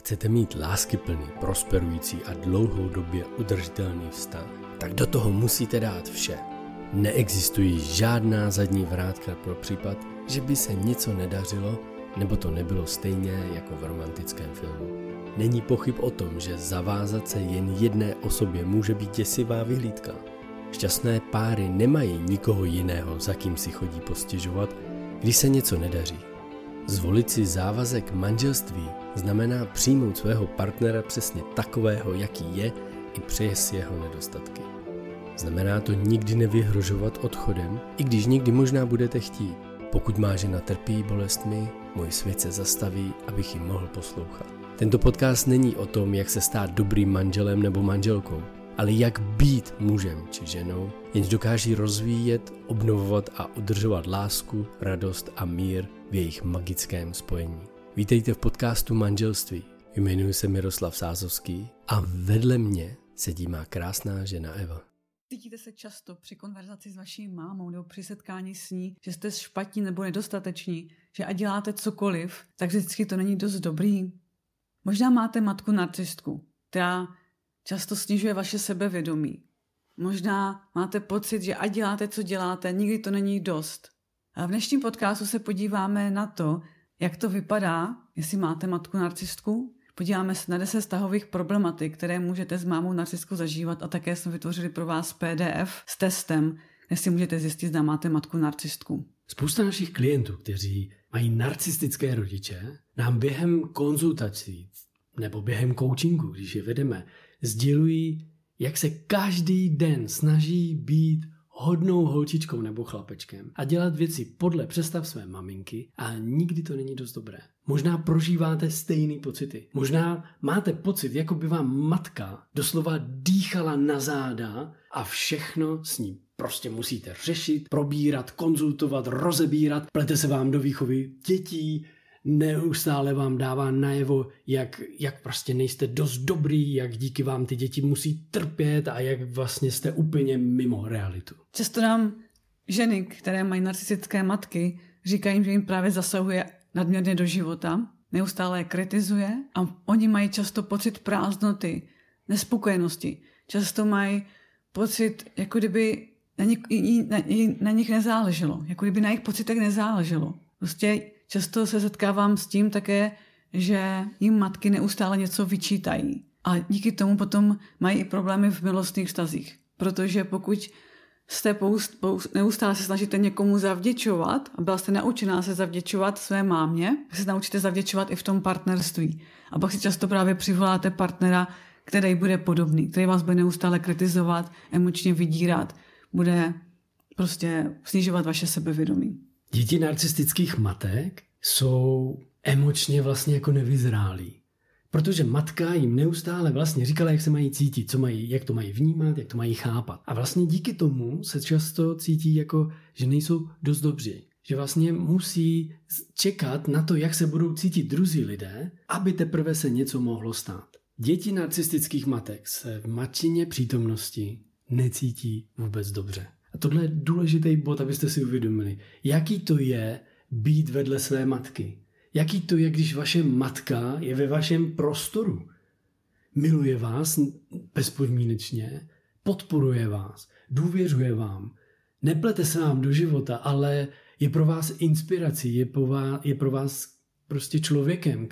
Chcete mít láskyplný, prosperující a dlouhodobě udržitelný vztah, tak do toho musíte dát vše. Neexistují žádná zadní vrátka pro případ, že by se něco nedařilo, nebo to nebylo stejně jako v romantickém filmu. Není pochyb o tom, že zavázat se jen jedné osobě může být děsivá vyhlídka. Šťastné páry nemají nikoho jiného, za kým si chodí postěžovat, když se něco nedaří. Zvolit si závazek manželství znamená přijmout svého partnera přesně takového, jaký je, i přes jeho nedostatky. Znamená to nikdy nevyhrožovat odchodem, i když někdy možná budete chtít. Pokud má žena trpí bolestmi, můj svět se zastaví, abych ji mohl poslouchat. Tento podcast není o tom, jak se stát dobrým manželem nebo manželkou, ale jak být mužem či ženou, jenž dokáží rozvíjet, obnovovat a udržovat lásku, radost a mír v jejich magickém spojení. Vítejte v podcastu Manželství. Jmenuji se Miroslav Sázovský a vedle mě sedí má krásná žena Eva. Cítíte se často při konverzaci s vaší mámou nebo při setkání s ní, že jste špatní nebo nedostateční, že ať děláte cokoliv, tak vždycky to není dost dobrý? Možná máte matku narcistku, která často snižuje vaše sebevědomí. Možná máte pocit, že ať děláte, co děláte, nikdy to není dost. A v dnešním podcastu se podíváme na to, jak to vypadá, jestli máte matku narcistku. Podíváme se na 10 vztahových problematik, které můžete s mámou narcistkou zažívat, a také jsme vytvořili pro vás PDF s testem, kde si můžete zjistit, zda máte matku narcistku. Spousta našich klientů, kteří mají narcistické rodiče, nám během konzultací nebo během coachingu, když je vedeme, sdělují, jak se každý den snaží být hodnou holčičkou nebo chlapečkem a dělat věci podle představ své maminky, a nikdy to není dost dobré. Možná prožíváte stejné pocity. Možná máte pocit, jako by vám matka doslova dýchala na záda a všechno s ní prostě musíte řešit, probírat, konzultovat, rozebírat. Plete se vám do výchovy dětí, neustále vám dává najevo, jak prostě nejste dost dobrý, jak díky vám ty děti musí trpět a jak vlastně jste úplně mimo realitu. Často nám ženy, které mají narcistické matky, říkají, že jim právě zasahuje nadměrně do života, neustále je kritizuje a oni mají často pocit prázdnoty, nespokojenosti. Často mají pocit, jako kdyby na nich nezáleželo, jako kdyby na jejich pocitech nezáleželo. Prostě často se setkávám s tím také, že jim matky neustále něco vyčítají. A díky tomu potom mají i problémy v milostných vztazích. Protože pokud jste neustále se snažíte někomu zavděčovat a byla jste naučená se zavděčovat své mámě, tak se naučíte zavděčovat i v tom partnerství. A pak si často právě přivoláte partnera, který bude podobný, který vás bude neustále kritizovat, emočně vydírat, bude prostě snižovat vaše sebevědomí. Děti narcistických matek jsou emočně vlastně jako nevyzrálí. Protože matka jim neustále vlastně říkala, jak se mají cítit, jak to mají vnímat, jak to mají chápat. A vlastně díky tomu se často cítí jako, že nejsou dost dobří. Že vlastně musí čekat na to, jak se budou cítit druzí lidé, aby teprve se něco mohlo stát. Děti narcistických matek se v matčině přítomnosti necítí vůbec dobře. A tohle je důležitý bod, abyste si uvědomili, jaký to je být vedle své matky. Jaký to je, když vaše matka je ve vašem prostoru. Miluje vás bezpodmínečně, podporuje vás, důvěřuje vám, neplete se vám do života, ale je pro vás inspirací, je pro vás prostě člověkem,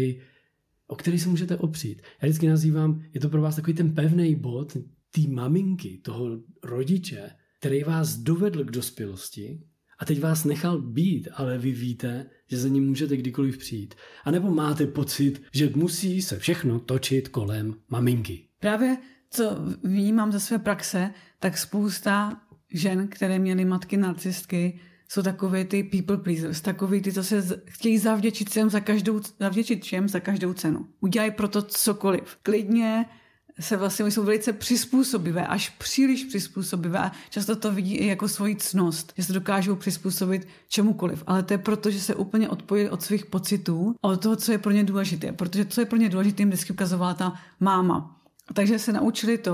o který se můžete opřít. Já vždycky nazývám, je to pro vás takový ten pevný bod té maminky, toho rodiče, který vás dovedl k dospělosti a teď vás nechal být, ale vy víte, že za ním můžete kdykoliv přijít. A nebo máte pocit, že musí se všechno točit kolem maminky. Právě co vnímám ze své praxe, tak spousta žen, které měly matky narcistky, jsou takové ty people pleasers, takový ty, co se chtějí zavděčit všem za každou cenu. Udělají proto cokoliv. Klidně se vlastně jsou velice přizpůsobivé, až příliš přizpůsobivé, a často to vidí i jako svoji ctnost, že se dokážou přizpůsobit čemukoliv, ale to je proto, že se úplně odpojili od svých pocitů a od toho, co je pro ně důležité, protože co je pro ně důležité, jim vždycky ukazovala ta máma. Takže se naučili to,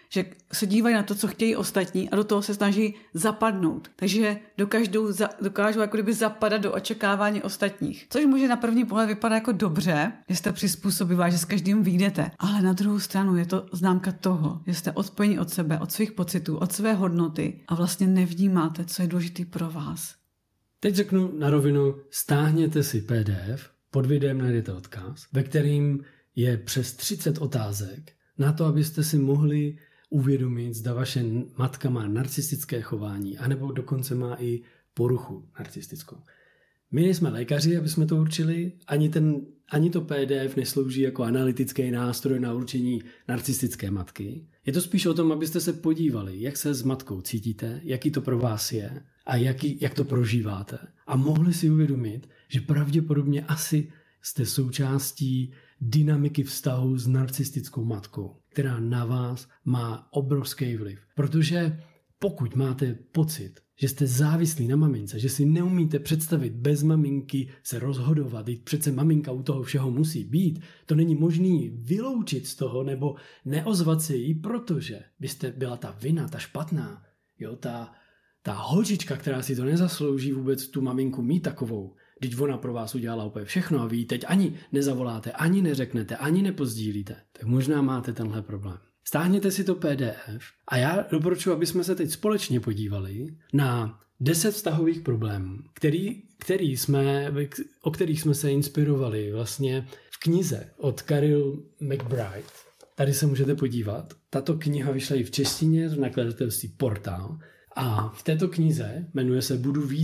že se dívají na to, co chtějí ostatní a do toho se snaží zapadnout. Takže dokážou jako kdyby zapadat do očekávání ostatních. Což může na první pohled vypadat jako dobře, že jste přizpůsobivá, že s každým vyjdete. Ale na druhou stranu je to známka toho, že jste odpojení od sebe, od svých pocitů, od své hodnoty a vlastně nevnímáte, co je důležitý pro vás. Teď řeknu na rovinu, stáhněte si PDF, pod videem najdete odkaz, ve kterým je přes 30 otázek na to, abyste si mohli uvědomit, zda vaše matka má narcistické chování, anebo dokonce má i poruchu narcistickou. My nejsme lékaři, aby jsme to určili, ani to PDF neslouží jako analytický nástroj na určení narcistické matky. Je to spíš o tom, abyste se podívali, jak se s matkou cítíte, jaký to pro vás je a jak to prožíváte. A mohli si uvědomit, že pravděpodobně asi jste součástí dynamiky vztahu s narcistickou matkou, která na vás má obrovský vliv. Protože pokud máte pocit, že jste závislí na mamince, že si neumíte představit bez maminky se rozhodovat, teď přece maminka u toho všeho musí být, to není možný vyloučit z toho nebo neozvat se jí, protože byste byla ta vina, ta špatná, jo, ta holčička, která si to nezaslouží vůbec tu maminku mít takovou. Když ona pro vás udělala úplně všechno a vy teď ani nezavoláte, ani neřeknete, ani nepozdílíte, tak možná máte tenhle problém. Stáhněte si to PDF a já doporučuji, aby jsme se teď společně podívali na 10 vztahových problémů, o kterých jsme se inspirovali vlastně v knize od Carol McBride. Tady se můžete podívat. Tato kniha vyšla i v češtině v nakladatelství Portál. A v této knize jmenuje se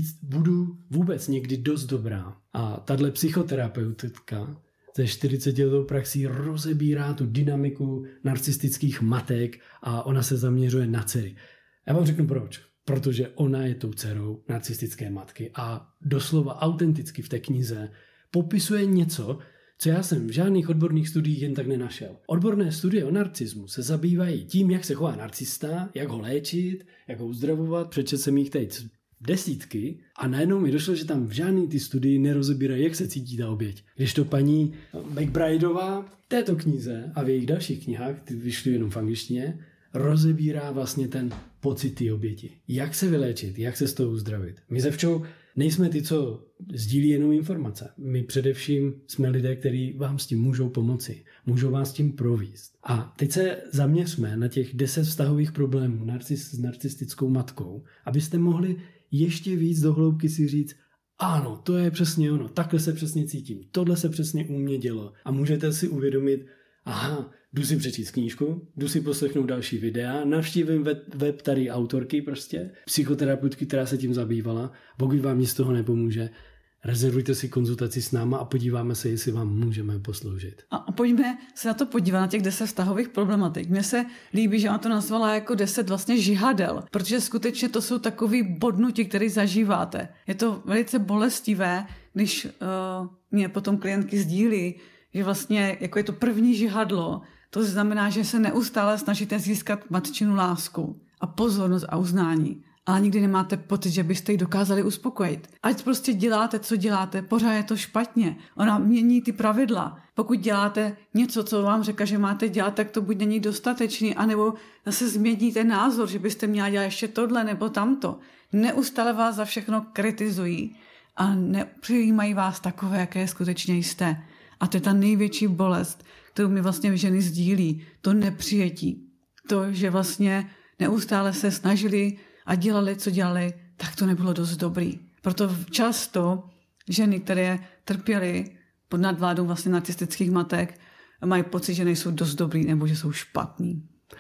Budu vůbec někdy dost dobrá. A tahle psychoterapeutka ze 40letou praxí rozebírá tu dynamiku narcistických matek a ona se zaměřuje na dcery. Já vám řeknu proč. Protože ona je tou dcerou narcistické matky a doslova autenticky v té knize popisuje něco, co já jsem v žádných odborných studiích jen tak nenašel. Odborné studie o narcismu se zabývají tím, jak se chová narcista, jak ho léčit, jak ho uzdravovat, přečetl jsem jich teď desítky a najednou mi došlo, že tam v žádný ty studii nerozebírají, jak se cítí ta oběť. Když to paní McBrideová v této knize a v jejich dalších knihách, ty vyšly jenom v angličtině, rozebírá vlastně ten pocit té oběti. Jak se vyléčit, jak se z toho uzdravit. My ze Včou nejsme ty, co sdílí jenom informace. My především jsme lidé, kteří vám s tím můžou pomoci. Můžou vás s tím provést. A teď se zaměřme na těch 10 vztahových problémů s narcistickou matkou, abyste mohli ještě víc do hloubky si říct, ano, to je přesně ono, takhle se přesně cítím, tohle se přesně u mě dělo. A můžete si uvědomit, aha, jdu si přečíst knížku, jdu si poslechnout další videa, navštívím web tady autorky prostě, psychoterapeutky, která se tím zabývala, pokud vám nic z toho nepomůže, rezervujte si konzultaci s náma a podíváme se, jestli vám můžeme posloužit. A pojďme se na to podívat, na těch 10 vztahových problematik. Mně se líbí, že ona to nazvala jako 10 vlastně žihadel, protože skutečně to jsou takový bodnuti, které zažíváte. Je to velice bolestivé, když mě potom klientky sdílí, že vlastně jako je to první žihadlo, to znamená, že se neustále snažíte získat matčinu lásku a pozornost a uznání. Ale nikdy nemáte pocit, že byste ji dokázali uspokojit. Ať prostě děláte, co děláte, pořád je to špatně. Ona mění ty pravidla. Pokud děláte něco, co vám řekla, že máte dělat, tak to buď není dostatečný, anebo zase změníte názor, že byste měla dělat ještě tohle nebo tamto. Neustále vás za všechno kritizují a nepřijímají vás takové, jaké skutečně jste. A to je ta největší bolest, kterou mi vlastně ženy sdílí. To nepřijetí. To, že vlastně neustále se snažili a dělali, co dělali, tak to nebylo dost dobrý. Proto často ženy, které trpěly pod nadvládou vlastně narcistických matek, mají pocit, že nejsou dost dobrý nebo že jsou špatný.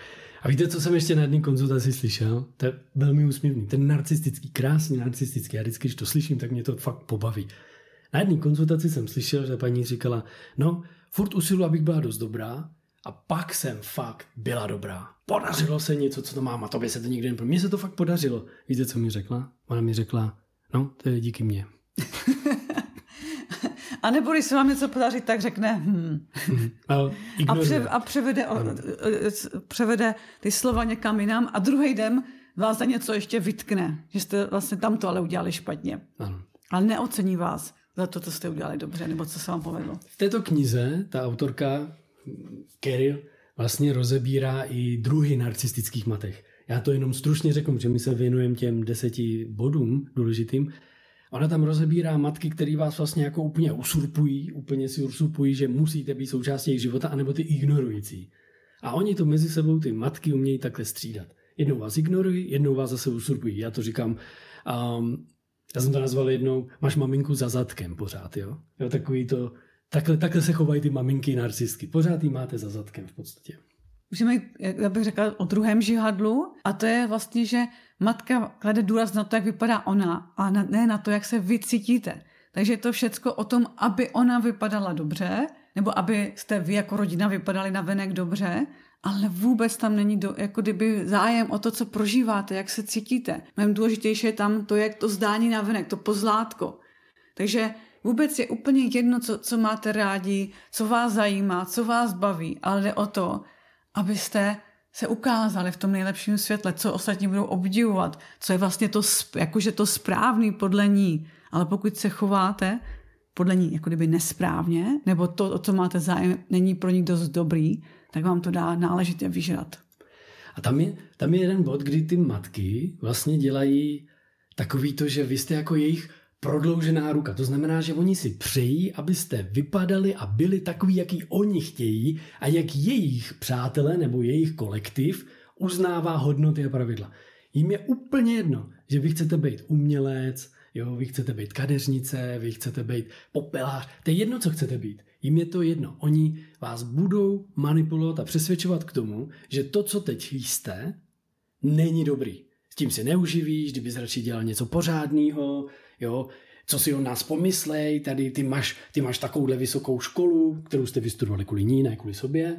A víte, co jsem ještě na jedné konzultaci slyšel? To je velmi úsměvný. Ten narcistický, krásný narcistický. Já vždycky, když to slyším, tak mě to fakt pobaví. Na jedné konzultaci jsem slyšel, že paní říkala, no, furt usiluji, abych byla dost dobrá, a pak jsem fakt byla dobrá. Podařilo se něco, co to mám, a tobě se to nikdy nepodařilo. Mně se to fakt podařilo. Víte, co mi řekla? Ona mi řekla, no, to je díky mně. A nebo když se vám něco podaří, tak řekne a převede ty slova někam jinam a druhý den vás za něco ještě vytkne, že jste vlastně tamto ale udělali špatně. Ano. Ale neocení vás za to, co jste udělali dobře, nebo co se vám povedlo. V této knize ta autorka Carol vlastně rozebírá i druhy narcistických matek. Já to jenom stručně řeknu, že my se věnujeme těm 10 bodům důležitým. Ona tam rozebírá matky, které vás vlastně jako úplně úplně si usurpují, že musíte být součástí jejich života, anebo ty ignorující. A oni to mezi sebou, ty matky, umějí takhle střídat. Jednou vás ignorují, jednou vás zase usurpují. Já to říkám, já jsem to nazval jednou, máš maminku za zadkem pořád, jo? Jo, takový to, takhle se chovají ty maminky narcistky. Pořád jí máte za zadkem v podstatě. Můžeme, jak bych řekla, o druhém žihadlu, a to je vlastně, že matka klade důraz na to, jak vypadá ona, a ne na to, jak se vy cítíte. Takže je to všecko o tom, aby ona vypadala dobře, nebo aby jste vy jako rodina vypadali navenek dobře, ale vůbec tam není jako kdyby zájem o to, co prožíváte, jak se cítíte. Mnohem důležitější je tam to, jak to zdání navenek, to pozlátko. Takže vůbec je úplně jedno, co máte rádi, co vás zajímá, co vás baví, ale jde o to, abyste se ukázali v tom nejlepším světle, co ostatní budou obdivovat, co je vlastně to, jakože to správný podle ní. Ale pokud se chováte podle ní jako kdyby nesprávně, nebo to, o co máte zájem, není pro ní dost dobrý, tak vám to dá náležitě vyžrat. A tam je jeden bod, kdy ty matky vlastně dělají takový to, že vy jste jako jejich prodloužená ruka. To znamená, že oni si přejí, abyste vypadali a byli takový, jaký oni chtějí a jak jejich přátelé nebo jejich kolektiv uznává hodnoty a pravidla. Jím je úplně jedno, že vy chcete být umělec, jo, vy chcete být kadeřnice, vy chcete být popelář. To je jedno, co chcete být. Jím je to jedno. Oni vás budou manipulovat a přesvědčovat k tomu, že to, co teď jste, není dobrý. S tím si neuživíš, kdybys radši dělal něco pořádného, jo, co si o nás pomyslej, tady ty máš takovouhle vysokou školu, kterou jste vystudovali kvůli ní, ne kvůli sobě.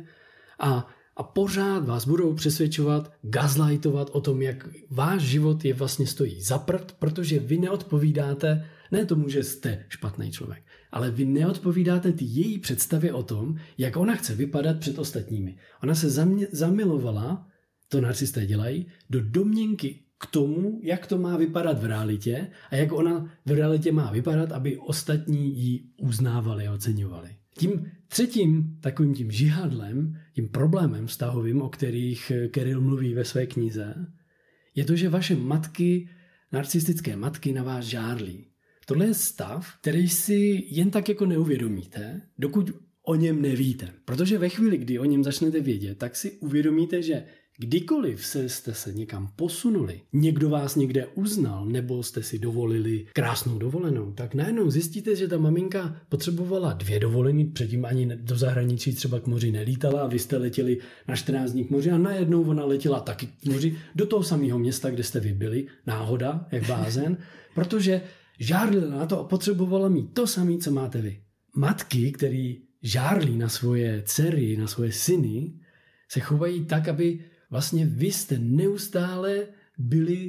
A pořád vás budou přesvědčovat, gaslightovat o tom, jak váš život je vlastně stojí za prd, protože vy neodpovídáte, ne tomu, že jste špatný člověk, ale vy neodpovídáte ty její představě o tom, jak ona chce vypadat před ostatními. Ona se zamilovala, to narcisté dělají, do domněnky k tomu, jak to má vypadat v realitě a jak ona v realitě má vypadat, aby ostatní ji uznávali a oceňovali. Tím třetím takovým tím žihadlem, tím problémem vztahovým, o kterých Carol mluví ve své knize, je to, že vaše matky, narcistické matky, na vás žárlí. Tohle je stav, který si jen tak jako neuvědomíte, dokud o něm nevíte. Protože ve chvíli, kdy o něm začnete vědět, tak si uvědomíte, že kdykoliv jste se někam posunuli, někdo vás někde uznal, nebo jste si dovolili krásnou dovolenou, tak najednou zjistíte, že ta maminka potřebovala 2 dovolený, předtím ani do zahraničí třeba k moři nelítala a vy jste letěli na 14 dní k moři a najednou ona letěla taky k moři do toho samého města, kde jste vy byli, náhoda, jak blázen, protože žárlila na to a potřebovala mít to samé, co máte vy. Matky, který žárlí na svoje dcery, na svoje syny, se chovají tak, aby vlastně vy jste neustále byli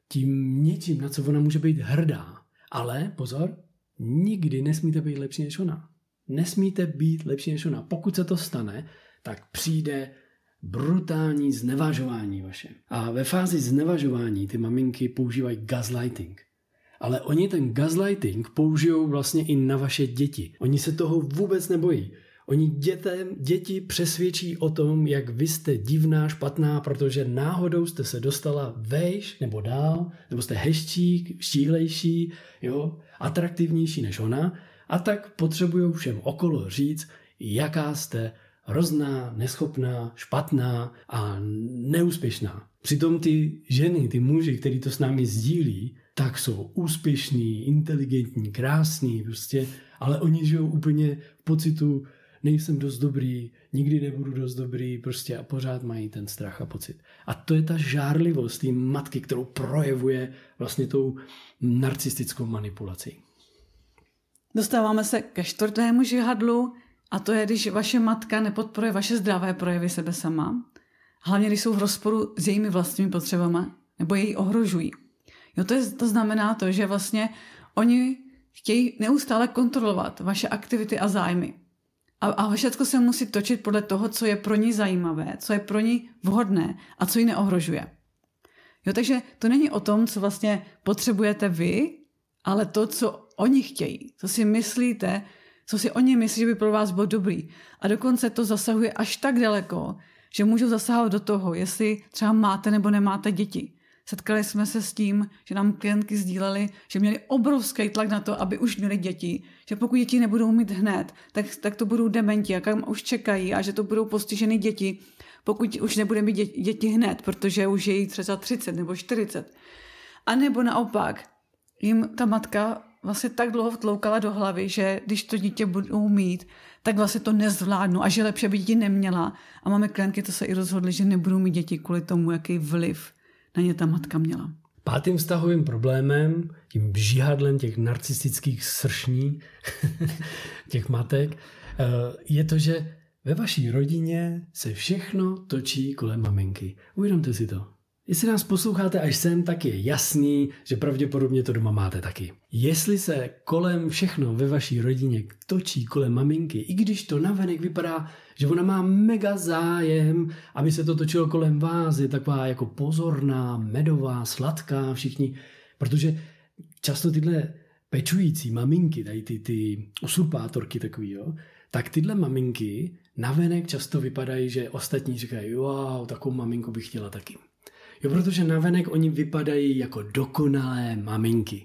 tím něčím, na co ona může být hrdá. Ale, pozor, nikdy nesmíte být lepší než ona. Nesmíte být lepší než ona. Pokud se to stane, tak přijde brutální znevažování vaše. A ve fázi znevažování ty maminky používají gaslighting. Ale oni ten gaslighting použijou vlastně i na vaše děti. Oni se toho vůbec nebojí. Oni děti přesvědčí o tom, jak vy jste divná, špatná, protože náhodou jste se dostala vejš nebo dál, nebo jste hezčí, štíhlejší, jo, atraktivnější než ona, a tak potřebují všem okolo říct, jaká jste hrozná, neschopná, špatná a neúspěšná. Přitom ty ženy, ty muži, kteří to s námi sdílí, tak jsou úspěšní, inteligentní, krásní, prostě, ale oni žijou úplně v pocitu, nejsem dost dobrý, nikdy nebudu dost dobrý, prostě a pořád mají ten strach a pocit. A to je ta žárlivost té matky, kterou projevuje vlastně tou narcistickou manipulací. Dostáváme se ke 4. žihadlu, a to je, když vaše matka nepodporuje vaše zdravé projevy sebe sama, hlavně když jsou v rozporu s jejími vlastními potřebami nebo jej ohrožují. Jo, to znamená to, že vlastně oni chtějí neustále kontrolovat vaše aktivity a zájmy. A všechno se musí točit podle toho, co je pro ní zajímavé, co je pro ní vhodné a co ji neohrožuje. Jo, takže to není o tom, co vlastně potřebujete vy, ale to, co oni chtějí, co si myslíte, co si oni myslí, že by pro vás bylo dobrý. A dokonce to zasahuje až tak daleko, že můžou zasahovat do toho, jestli třeba máte nebo nemáte děti. Setkali jsme se s tím, že nám klientky sdíleli, že měli obrovský tlak na to, aby už měli děti, že pokud děti nebudou mít hned, tak to budou dementi, a kam už čekají a že to budou postiženy děti, pokud už nebude mít děti hned, protože už je jí třeba 30 nebo 40. A nebo naopak, jim ta matka vlastně tak dlouho vtloukala do hlavy, že když to dítě budou mít, tak vlastně to nezvládnu a že lepší, aby děti neměla. A máme klientky, to se i rozhodly, že nebudou mít děti kvůli tomu, jaký vliv na ně ta matka měla. Pátým vztahovým problémem, tím žihadlem těch narcistických sršní, těch matek, je to, že ve vaší rodině se všechno točí kolem maminky. Uvědomte si to. Jestli nás posloucháte až sem, tak je jasný, že pravděpodobně to doma máte taky. Jestli se kolem všechno ve vaší rodině točí kolem maminky, i když to navenek vypadá, že ona má mega zájem, aby se to točilo kolem vás, je taková jako pozorná, medová, sladká, všichni, protože často tyhle pečující maminky, tady ty usurpátorky takový, jo, tak tyhle maminky navenek často vypadají, že ostatní říkají, wow, takovou maminku bych chtěla taky. Jo, protože navenek oni vypadají jako dokonalé maminky.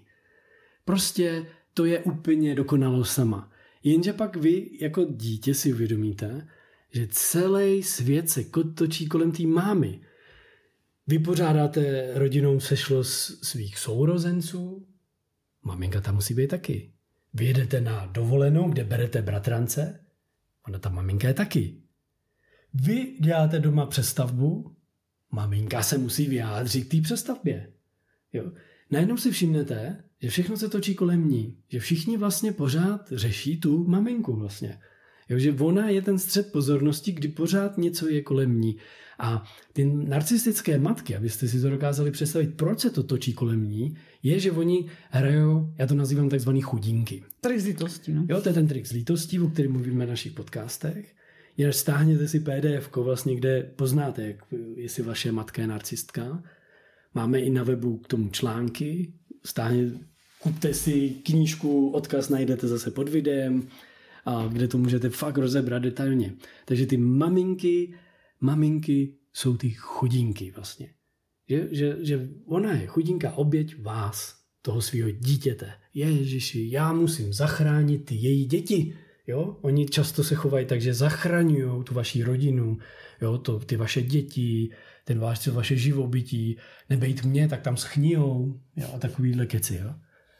Prostě to je úplně dokonalost sama. Jenže pak vy jako dítě si uvědomíte, že celý svět se točí kolem té mámy. Vy pořádáte rodinou sešlost svých sourozenců, maminka tam musí být taky. Vy jedete na dovolenou, kde berete bratrance, ona ta maminka je taky. Vy děláte doma přestavbu, maminka se musí vyjádřit k té přestavbě. Jo. Najednou si všimnete, že všechno se točí kolem ní. Že všichni vlastně pořád řeší tu maminku vlastně. Jo, že ona je ten střed pozornosti, kdy pořád něco je kolem ní. A ty narcistické matky, abyste si to dokázali představit, proč se to točí kolem ní, je, že oni hrajou, já to nazývám takzvaný chudinky. Trik z lítostí, no? Jo, to je ten trik z lítostí, o kterém mluvíme v našich podcastech. Jinak stáhněte si PDF, vlastně, kde poznáte, jestli vaše matka je narcistka. Máme i na webu k tomu články. Kupte si knížku, odkaz najdete zase pod videem, a kde to můžete fakt rozebrat detailně. Takže ty maminky jsou ty chudinky vlastně. Že ona je chudinka, oběť vás, toho svého dítěte. Ježiši, já musím zachránit ty její děti. Jo? Oni často se chovají tak, že zachraňují tu vaši rodinu, jo? Ty vaše děti, vaše živobytí, nebejt mě, tak tam schnijou, jo? A takovýhle keci. Jo?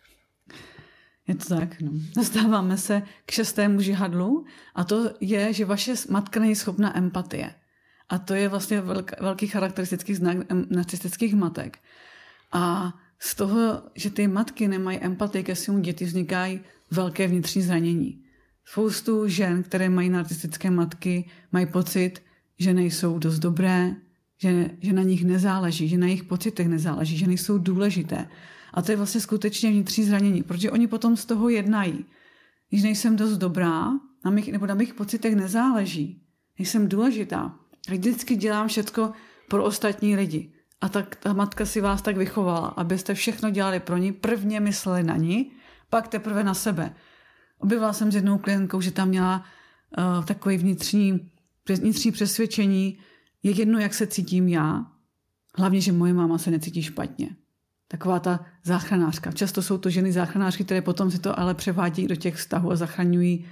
Je to tak, no. Dostáváme se k 6. žihadlu a to je, že vaše matka není schopná empatie. A to je vlastně velký charakteristický znak narcistických matek. A z toho, že ty matky nemají empatii ke svému děti, vznikají velké vnitřní zranění. Spoustu žen, které mají narcistické matky, mají pocit, že nejsou dost dobré, že na nich nezáleží, že na jejich pocitech nezáleží, že nejsou důležité. A to je vlastně skutečně vnitřní zranění, protože oni potom z toho jednají. Když nejsem dost dobrá, na mých pocitech nezáleží, nejsem důležitá, tak vždycky dělám všechno pro ostatní lidi. A tak ta matka si vás tak vychovala, abyste všechno dělali pro ní, prvně mysleli na ní, pak teprve na sebe. Objevila jsem s jednou klientkou, že tam měla takové vnitřní přesvědčení, je jedno, jak se cítím já, hlavně, že moje máma se necítí špatně. Taková ta záchranářka. Často jsou to ženy záchranářky, které potom si to ale převádějí do těch vztahů a zachraňují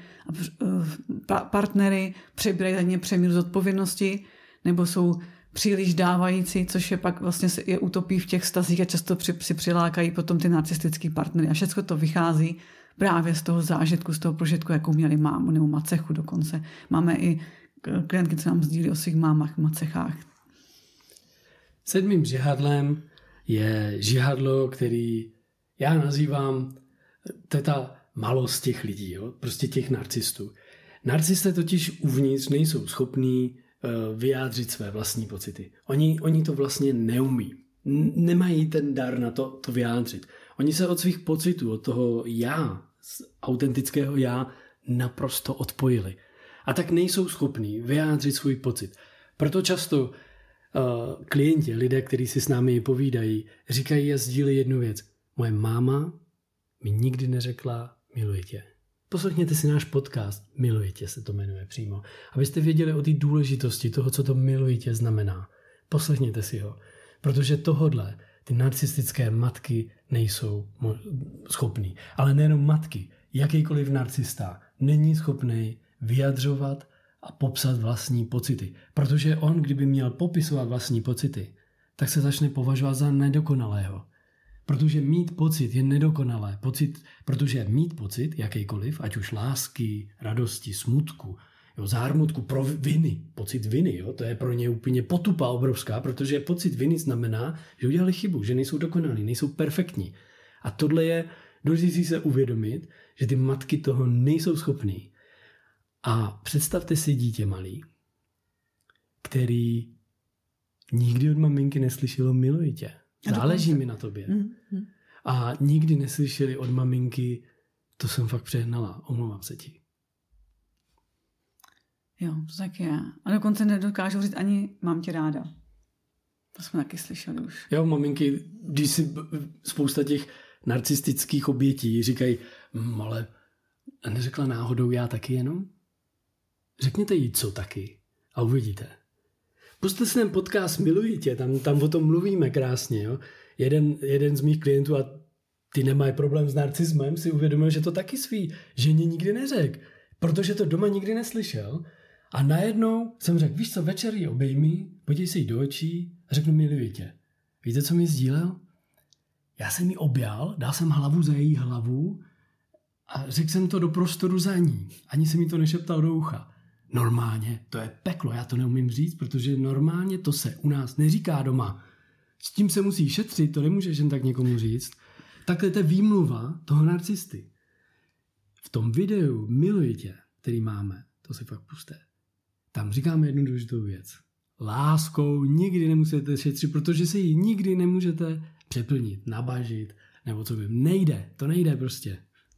partnery, přebírají za ně přemíru zodpovědnosti, nebo jsou příliš dávající, což je pak vlastně je utopí v těch vztazích a často si přilákají potom ty narcistický partnery. A všechno to vychází právě z toho zážitku, z toho prožitku, jakou měli mámu nebo macechu dokonce. Máme i klientky, co nám sdílí o svých mámách, macechách. 7. žihadlem je žihadlo, který já nazývám, to je ta malost těch lidí, jo? Prostě těch narcistů. Narcisté totiž uvnitř nejsou schopní vyjádřit své vlastní pocity. Oni to vlastně neumí. Nemají ten dar na to vyjádřit. Oni se od svých pocitů, od toho já, autentického já, naprosto odpojili. A tak nejsou schopní vyjádřit svůj pocit. Proto často klienti, lidé, kteří si s námi povídají, říkají a sdílejí jednu věc. Moje máma mi nikdy neřekla miluji tě. Poslechněte si náš podcast, Miluji tě se to jmenuje přímo, abyste věděli o té důležitosti toho, co to miluji tě znamená. Poslechněte si ho, protože tohodle ty narcistické matky nejsou schopný. Ale nejenom matky, jakýkoliv narcista není schopný vyjadřovat a popsat vlastní pocity. Protože on, kdyby měl popisovat vlastní pocity, tak se začne považovat za nedokonalého. Protože mít pocit je nedokonalé. Protože mít pocit, jakýkoliv, ať už lásky, radosti, smutku, zármutku, viny, pocit viny, to je pro ně úplně potupa obrovská, protože pocit viny znamená, že udělali chybu, že nejsou dokonalí, nejsou perfektní. A tohle je důležité se uvědomit, že ty matky toho nejsou schopný. A představte si dítě malý, který nikdy od maminky neslyšelo miluji tě. Záleží mi na tobě. A nikdy neslyšeli od maminky, to jsem fakt přehnala, omlouvám se ti. Jo, to tak je. A dokonce nedokážu říct ani mám tě ráda. To jsme taky slyšeli už. Jo, maminky, když si spousta těch narcistických obětí říkají, ale neřekla náhodou já taky jenom? Řekněte jí, co taky a uvidíte. Pusťte si ten podcast Miluji tě, tam o tom mluvíme krásně. Jo? Jeden z mých klientů, a ty nemají problém s narcismem, si uvědomil, že to taky svý ženě nikdy neřekl, protože to doma nikdy neslyšel. A najednou jsem řekl, víš co, večer ji obejmi, podívej se jí do očí a řeknu miluji tě. Víte, co mi sdílel? Já jsem ji objal, dal jsem hlavu za její hlavu a řekl jsem to do prostoru za ní. Ani jsem mi to nešeptal do ucha. Normálně, to je peklo, já to neumím říct, protože normálně to se u nás neříká doma. S tím se musí šetřit, to nemůžeš jen tak někomu říct. Takhle to je výmluva toho narcisty. V tom videu Miluji tě, který máme, to si fakt pusťte. Tam říkáme jednu důležitou věc. Láskou nikdy nemusíte šetřit, protože se ji nikdy nemůžete přeplnit, nabažit, nebo co vím. Nejde, to nejde prostě.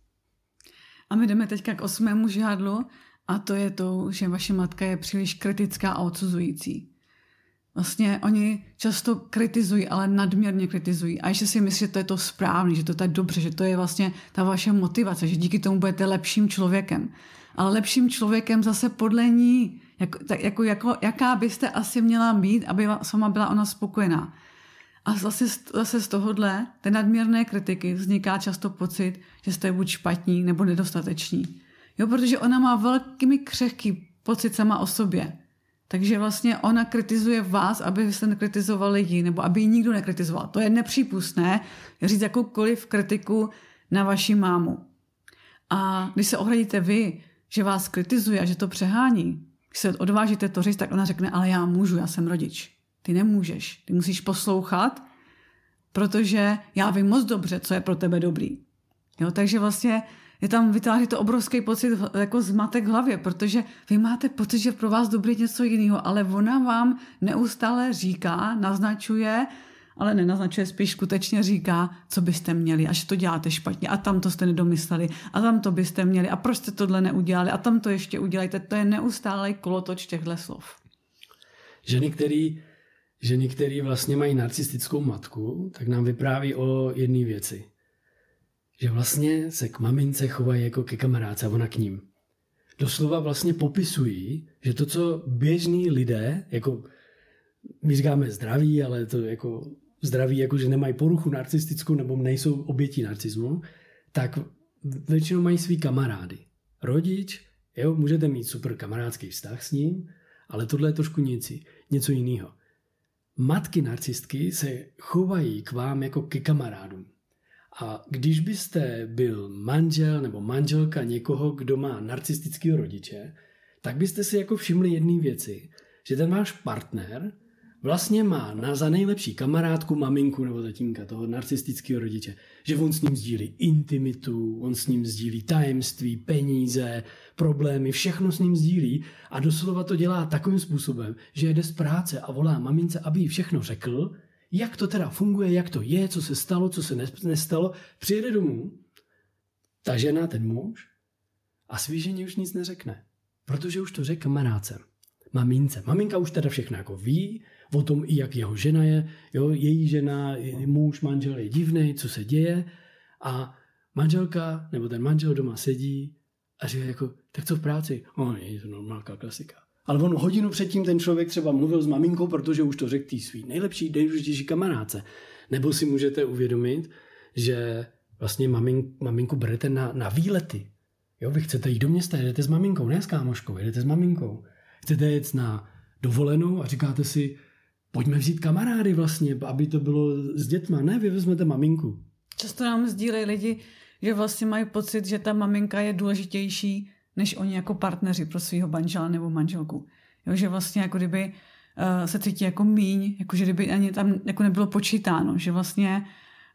A my jdeme teďka k 8. žádlu a to je to, že vaše matka je příliš kritická a odsuzující. Vlastně oni často kritizují, ale nadměrně kritizují. A ještě si myslí, že to je to správný, že to je dobře, že to je vlastně ta vaše motivace, že díky tomu budete lepším člověkem. Ale lepším člověkem zase podle ní, jaká byste asi měla být, aby sama byla ona spokojená. A zase z tohohle, té nadměrné kritiky, vzniká často pocit, že jste buď špatní nebo nedostateční. Jo, protože ona má velkými křehký pocit sama o sobě. Takže vlastně ona kritizuje vás, aby jste nekritizovali ji, nebo aby ji nikdo nekritizoval. To je nepřípustné říct jakoukoliv kritiku na vaši mámu. A když se ohradíte vy, že vás kritizuje a že to přehání, když se odvážíte to říct, tak ona řekne, ale já můžu, já jsem rodič. Ty nemůžeš, ty musíš poslouchat, protože já vím moc dobře, co je pro tebe dobrý. Jo, takže vlastně je tam vytváří to obrovský pocit jako zmatek v hlavě, protože vy máte pocit, že pro vás dobrý něco jiného, ale ona vám neustále říká, naznačuje, ale nenaznačuje, spíš skutečně říká, co byste měli a že to děláte špatně a tam to jste nedomysleli a tam to byste měli a proč jste tohle neudělali a tam to ještě udělejte. To je neustálej kolotoč těchto slov. Ženy, který vlastně mají narcistickou matku, tak nám vypráví o jedné věci. Že vlastně se k mamince chovají jako ke kamarádce a ona k ním. Doslova vlastně popisují, že to, co běžní lidé, jako my říkáme zdraví, ale to jako zdraví, jako že nemají poruchu narcistickou nebo nejsou obětí narcismu, tak většinou mají svý kamarády. Rodič, jo, můžete mít super kamarádský vztah s ním, ale tohle je trošku něco jiného. Matky narcistky se chovají k vám jako ke kamarádům. A když byste byl manžel nebo manželka někoho, kdo má narcistického rodiče, tak byste si jako všimli jedné věci, že ten váš partner vlastně má za nejlepší kamarádku, maminku nebo tatínka toho narcistického rodiče. Že on s ním sdílí intimitu, on s ním sdílí tajemství, peníze, problémy, všechno s ním sdílí a doslova to dělá takovým způsobem, že jede z práce a volá mamince, aby jí všechno řekl, jak to teda funguje, jak to je, co se stalo, co se nestalo. Přijede domů, ta žena, ten muž, a svý ženě už nic neřekne, protože už to řekl kamarádce, mamince. Maminka už teda všechno jako ví, o tom i jak jeho žena je, jo, její žena, muž, manžel je divnej, co se děje a manželka nebo ten manžel doma sedí A říká jako, tak co v práci? Je to normálka, klasika. Ale on hodinu předtím ten člověk třeba mluvil s maminkou, protože už to řekl tý svý nejlepší, nejdůležitější kamarádce. Nebo si můžete uvědomit, že vlastně maminku berete na výlety. Jo, vy chcete jít do města, jedete s maminkou, ne s kámoškou, jedete s maminkou. Chcete jet na dovolenou a říkáte si, pojďme vzít kamarády vlastně, aby to bylo s dětma. Ne, vy vezmete maminku. Často nám sdílejí lidi, že vlastně mají pocit, že ta maminka je důležitější než oni jako partneři pro svého manžela nebo manželku. Jo, že vlastně jako kdyby se cítí jako míň, jako že kdyby ani tam jako nebylo počítáno, že vlastně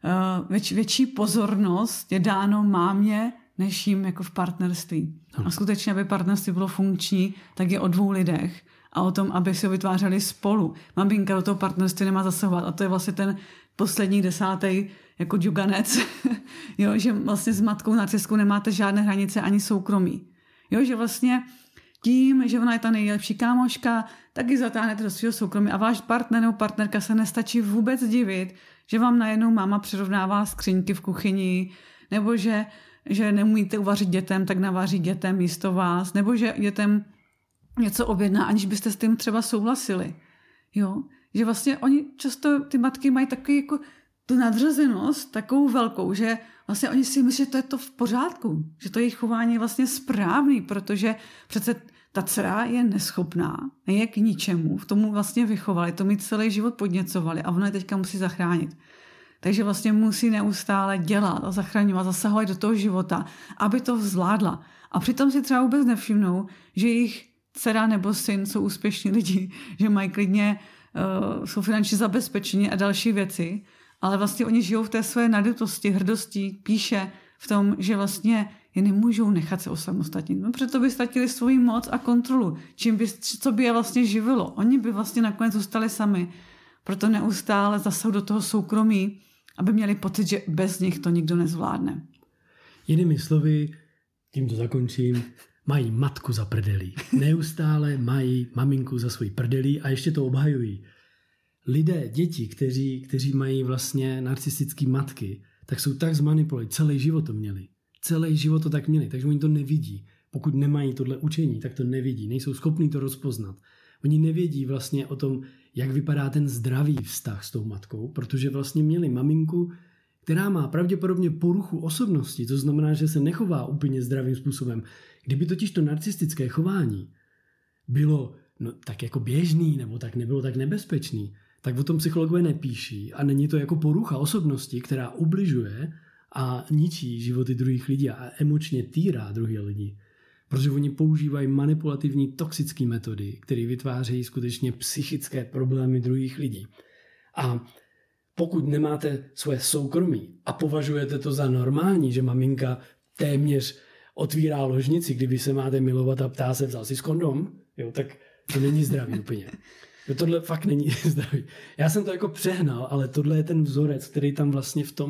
větší pozornost je dáno mámě, než jim jako v partnerství. A skutečně, aby partnerství bylo funkční, tak je o 2 lidech a o tom, aby si ho vytvářeli spolu. Maminka do toho partnerství nemá zasahovat a to je vlastně ten poslední 10. jako džuganec, jo, že vlastně s matkou narciskou nemáte žádné hranice ani soukromí. Jo, že vlastně tím, že ona je ta nejlepší kámoška, tak ji zatáhnete do svého soukromí a váš partner nebo partnerka se nestačí vůbec divit, že vám najednou máma přirovnává skříňky v kuchyni, nebo že neumíte uvařit dětem, tak navaří dětem místo vás, nebo že dětem něco objedná, aniž byste s tím třeba souhlasili. Jo? Že vlastně oni často, ty matky mají takový jako tu nadřazenost takovou velkou, že vlastně oni si myslí, že to je to v pořádku, že to jejich chování je vlastně správný, protože přece ta dcera je neschopná, je k ničemu, v tomu vlastně vychovali, to mi celý život podněcovali a ona je teďka musí zachránit. Takže vlastně musí neustále dělat a zachraňovat, zasahovat do toho života, aby to zvládla. A přitom si třeba vůbec nevšimnou, že jejich dcera nebo syn jsou úspěšní lidi, že mají klidně, jsou finančně zabezpečení a další věci, ale vlastně oni žijou v té své nadutosti, hrdosti, píše v tom, že vlastně je nemůžou nechat se osamostatnit. No, proto by ztratili svoji moc a kontrolu, co by je vlastně živilo. Oni by vlastně nakonec zůstali sami. Proto neustále zasahují do toho soukromí, aby měli pocit, že bez nich to nikdo nezvládne. Jinými slovy, tímto zakončím, mají matku za prdelí. Neustále mají maminku za svoji prdelí a ještě to obhajují. Lidé, děti, kteří mají vlastně narcistické matky, tak jsou tak zmanipulovaní, celý život to měli. Celý život to tak měli, takže oni to nevidí. Pokud nemají tohle učení, tak to nevidí, nejsou schopní to rozpoznat. Oni nevědí vlastně o tom, jak vypadá ten zdravý vztah s tou matkou, protože vlastně měli maminku, která má pravděpodobně poruchu osobnosti, to znamená, že se nechová úplně zdravým způsobem. Kdyby totiž to narcistické chování bylo tak jako běžný nebo tak nebylo tak nebezpečný, tak o tom psychologové nepíší a není to jako porucha osobnosti, která ubližuje a ničí životy druhých lidí a emočně týrá druhé lidi. Protože oni používají manipulativní toxické metody, které vytvářejí skutečně psychické problémy druhých lidí. A pokud nemáte svoje soukromí a považujete to za normální, že maminka téměř otvírá ložnici, kdyby se máte milovat a ptá se, vzal si kondom, jo, tak to není zdravý úplně. Tohle fakt není zdravý. Já jsem to jako přehnal, ale tohle je ten vzorec, který tam vlastně v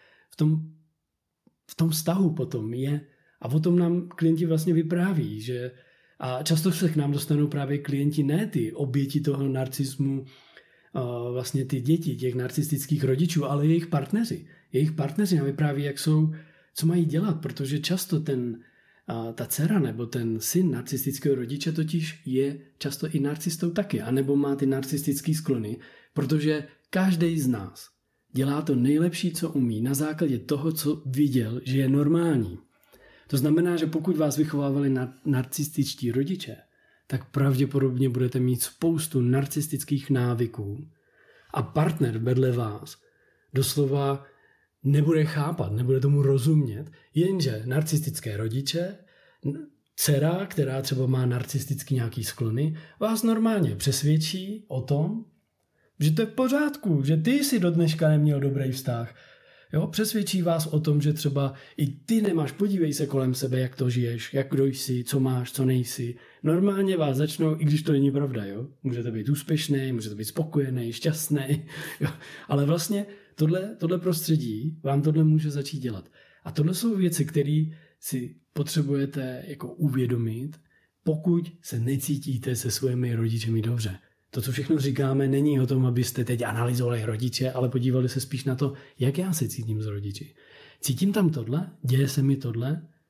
tom vztahu potom je. A o tom nám klienti vlastně vypráví, že a často se k nám dostanou právě klienti, ne ty oběti toho narcismu, vlastně ty děti těch narcistických rodičů, ale jejich partneři. Jejich partneři nám vypráví, co mají dělat, protože často ta dcera nebo ten syn narcistického rodiče totiž je často i narcistou taky, anebo má ty narcistické sklony, protože každý z nás dělá to nejlepší, co umí, na základě toho, co viděl, že je normální. To znamená, že pokud vás vychovávali narcističtí rodiče, tak pravděpodobně budete mít spoustu narcistických návyků a partner vedle vás doslova nebude chápat, nebude tomu rozumět, jenže narcistické rodiče, dcera, která třeba má narcistický nějaký sklony, vás normálně přesvědčí o tom, že to je v pořádku, že ty si do dneška neměl dobrý vztah. Jo, přesvědčí vás o tom, že třeba i ty nemáš, podívej se kolem sebe, jak to žiješ, jak kdo jsi, co máš, co nejsi. Normálně vás začnou, i když to není pravda, jo. Můžete být úspěšný, můžete být spokojený, šťastný, jo. Ale vlastně tohle prostředí vám tohle může začít dělat. A tohle jsou věci, které si potřebujete jako uvědomit, pokud se necítíte se svými rodičemi dobře. To, co všechno říkáme, není o tom, abyste teď analyzovali rodiče, ale podívali se spíš na to, jak já se cítím s rodiči. Cítím tam tohle? Děje se mi tohle?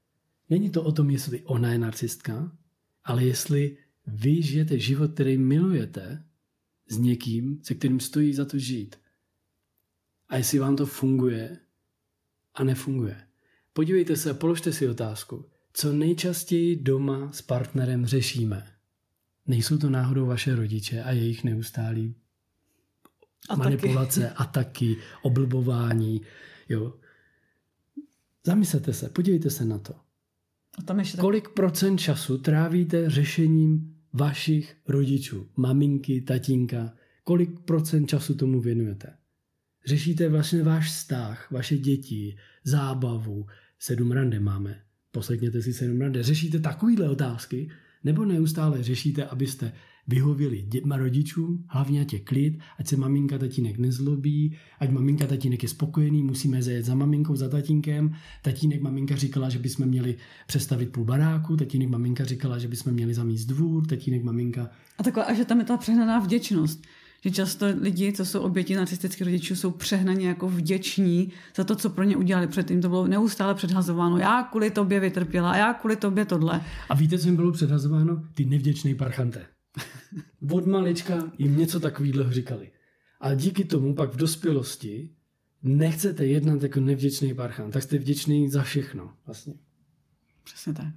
Není to o tom, jestli ona je narcistka, ale jestli vy žijete život, který milujete s někým, se kterým stojí za to žít. A jestli vám to funguje a nefunguje. Podívejte se a položte si otázku, co nejčastěji doma s partnerem řešíme. Nejsou to náhodou vaše rodiče a jejich neustálý manipulace, ataky, oblbování. Jo. Zamyslete se, podívejte se na to. Kolik procent času trávíte řešením vašich rodičů, maminky, tatínka? Kolik procent času tomu věnujete? Řešíte vlastně váš vztah, vaše děti, zábavu, 7 rande máme, poslechněte si 7 rande. Řešíte takovýhle otázky, nebo neustále řešíte, abyste vyhověli rodičům, hlavně ať je klid, ať se maminka, tatínek nezlobí, ať maminka, tatínek je spokojený, musíme zajet za maminkou, za tatínkem, tatínek, maminka říkala, že bychom měli přestavit půl baráku, tatínek, maminka říkala, že bychom měli zamíst dvůr, tatínek, maminka. A že tam je ta přehnaná vděčnost. Že často lidi, co jsou oběti narcistických rodičů, jsou přehnaně jako vděční za to, co pro ně udělali předtím. To bylo neustále předhazováno. Já kvůli tobě vytrpěla, já kvůli tobě tohle. A víte, co jim bylo předhazováno? Ty nevděčný parchante. Od malička jim něco takového říkali. A díky tomu pak v dospělosti nechcete jednat jako nevděčný parchant. Tak jste vděčný za všechno. Vlastně. Přesně tak.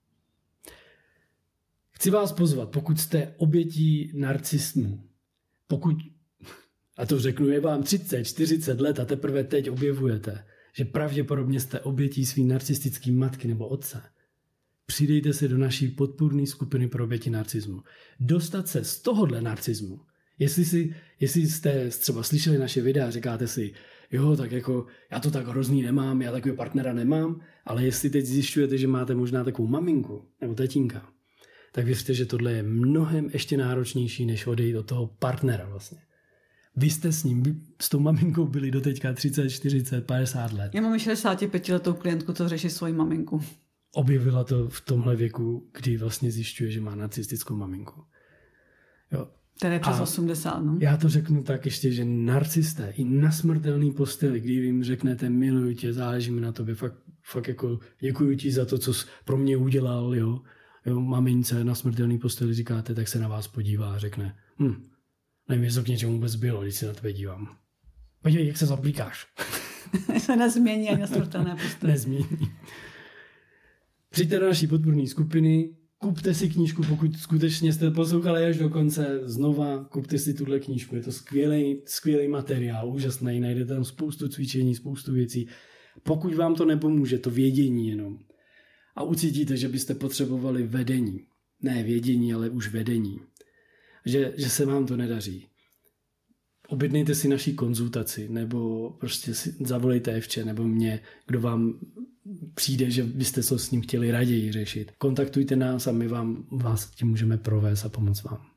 Chci vás pozvat, pokud jste obětí narcismu, pokud, a to řeknu, je vám 30, 40 let a teprve teď objevujete, že pravděpodobně jste obětí svý narcistický matky nebo otce, přidejte se do naší podpůrné skupiny pro oběti narcismu. Dostat se z tohohle narcismu. Jestli jste třeba slyšeli naše videa a říkáte si, jo, tak jako já to tak hrozný nemám, já takového partnera nemám, ale jestli teď zjišťujete, že máte možná takovou maminku nebo tatínka, tak věřte, že tohle je mnohem ještě náročnější, než odejít od toho partnera vlastně. Vy jste s tou maminkou byli do teďka 30, 40, 50 let. Já mám 65letou klientku, co řeší svoji maminku. Objevila to v tomhle věku, kdy vlastně zjišťuje, že má narcistickou maminku. Jo. Tedy přes 80, no. Já to řeknu tak ještě, že narcisté i na smrtelný posteli, kdy jim řeknete miluji tě, záleží mi na tobě, fakt jako děkuji ti za to, co jsi pro mě udělal, jo, mamince na smrtelný posteli říkáte, tak se na vás podívá a řekne, nevím, jestli to k něčemu vůbec bylo, když se na tebe dívám. Podívej, jak se zaplíkáš. Se nezmění ani na smrtelné posteli. Nezmění. Přijďte do naší podpůrné skupiny, kupte si knížku, pokud skutečně jste poslouchali až do konce, znova kupte si tuhle knížku. Je to skvělý materiál, úžasný, najdete tam spoustu cvičení, spoustu věcí. Pokud vám to nepomůže, to vědění jenom, a ucítíte, že byste potřebovali vedení, ne vědění, ale už vedení, že se vám to nedaří, objednejte si naší konzultaci, nebo prostě si zavolejte Evče, nebo mě, kdo vám přijde, že byste to s ním chtěli raději řešit. Kontaktujte nás a my vás tím můžeme provést a pomoct vám.